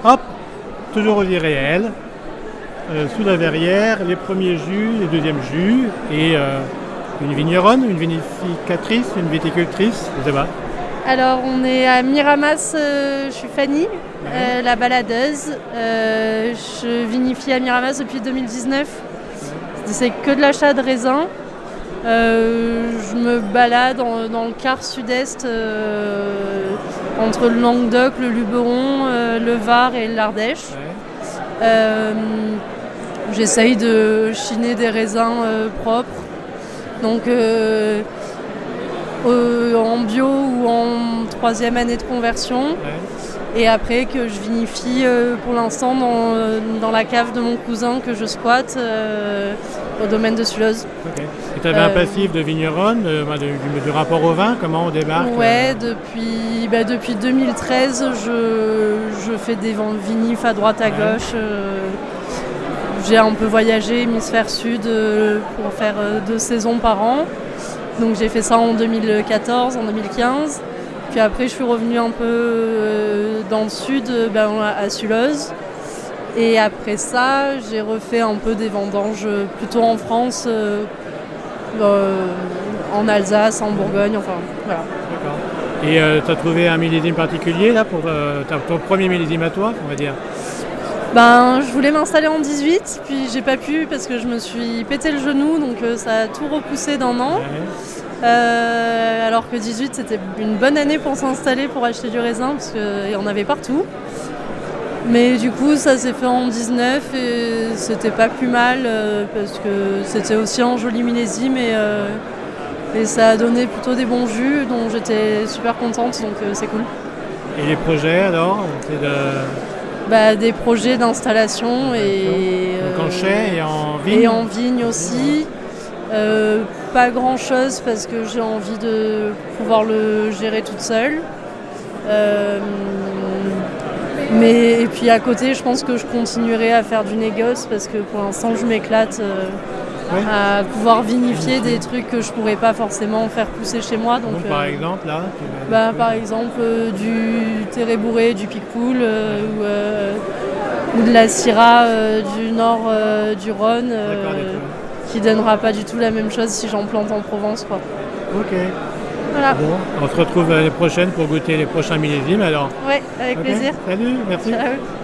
hop, toujours aux irréels, sous la verrière, les premiers jus, les deuxièmes jus, et une vigneronne, une vinificatrice, une viticultrice, je sais pas. Alors on est à Miramas, je suis Fanny, la baladeuse. Je vinifie à Miramas depuis 2019. C'est que de l'achat de raisins. Je me balade dans le quart sud-est, entre le Languedoc, le Luberon, le Var et l'Ardèche. J'essaye de chiner des raisins propres. Donc en bio ou en troisième année de conversion. Et après que je vinifie pour l'instant dans la cave de mon cousin que je squatte au domaine de Sulloz. Okay. Et tu avais un passif de vigneronne, du rapport au vin, comment on démarque? Ouais, depuis 2013, je fais des ventes vinifs à droite à gauche. J'ai un peu voyagé hémisphère sud pour faire 2 saisons par an. Donc j'ai fait ça en 2014, en 2015. Puis après, je suis revenue un peu dans le sud, à Sulloz. Et après ça, j'ai refait un peu des vendanges plutôt en France, en Alsace, en Bourgogne, enfin voilà. D'accord. Et tu as trouvé un millésime particulier là pour ton premier millésime à toi, on va dire? Je voulais m'installer en 18, puis j'ai pas pu parce que je me suis pété le genou, donc ça a tout repoussé d'un an. Alors que 18 c'était une bonne année pour s'installer, pour acheter du raisin parce qu'il y en avait partout. Mais du coup ça s'est fait en 19 et c'était pas plus mal parce que c'était aussi un joli millésime et ça a donné plutôt des bons jus dont j'étais super contente, donc c'est cool. Et les projets alors? Des projets d'installation et donc en chai et en vigne? Et en vigne aussi. Pas grand chose parce que j'ai envie de pouvoir le gérer toute seule. Et puis à côté, je pense que je continuerai à faire du négoce parce que pour l'instant, je m'éclate à pouvoir vinifier des trucs que je pourrais pas forcément faire pousser chez moi. Donc, par exemple, là par exemple, du Terré-Bourré, du Picpoul ou de la Syrah du nord du Rhône. Qui donnera pas du tout la même chose si j'en plante en Provence, quoi. Ok. Voilà. Bon, on se retrouve l'année prochaine pour goûter les prochains millésimes alors. Ouais, avec plaisir. Salut, merci. Ciao.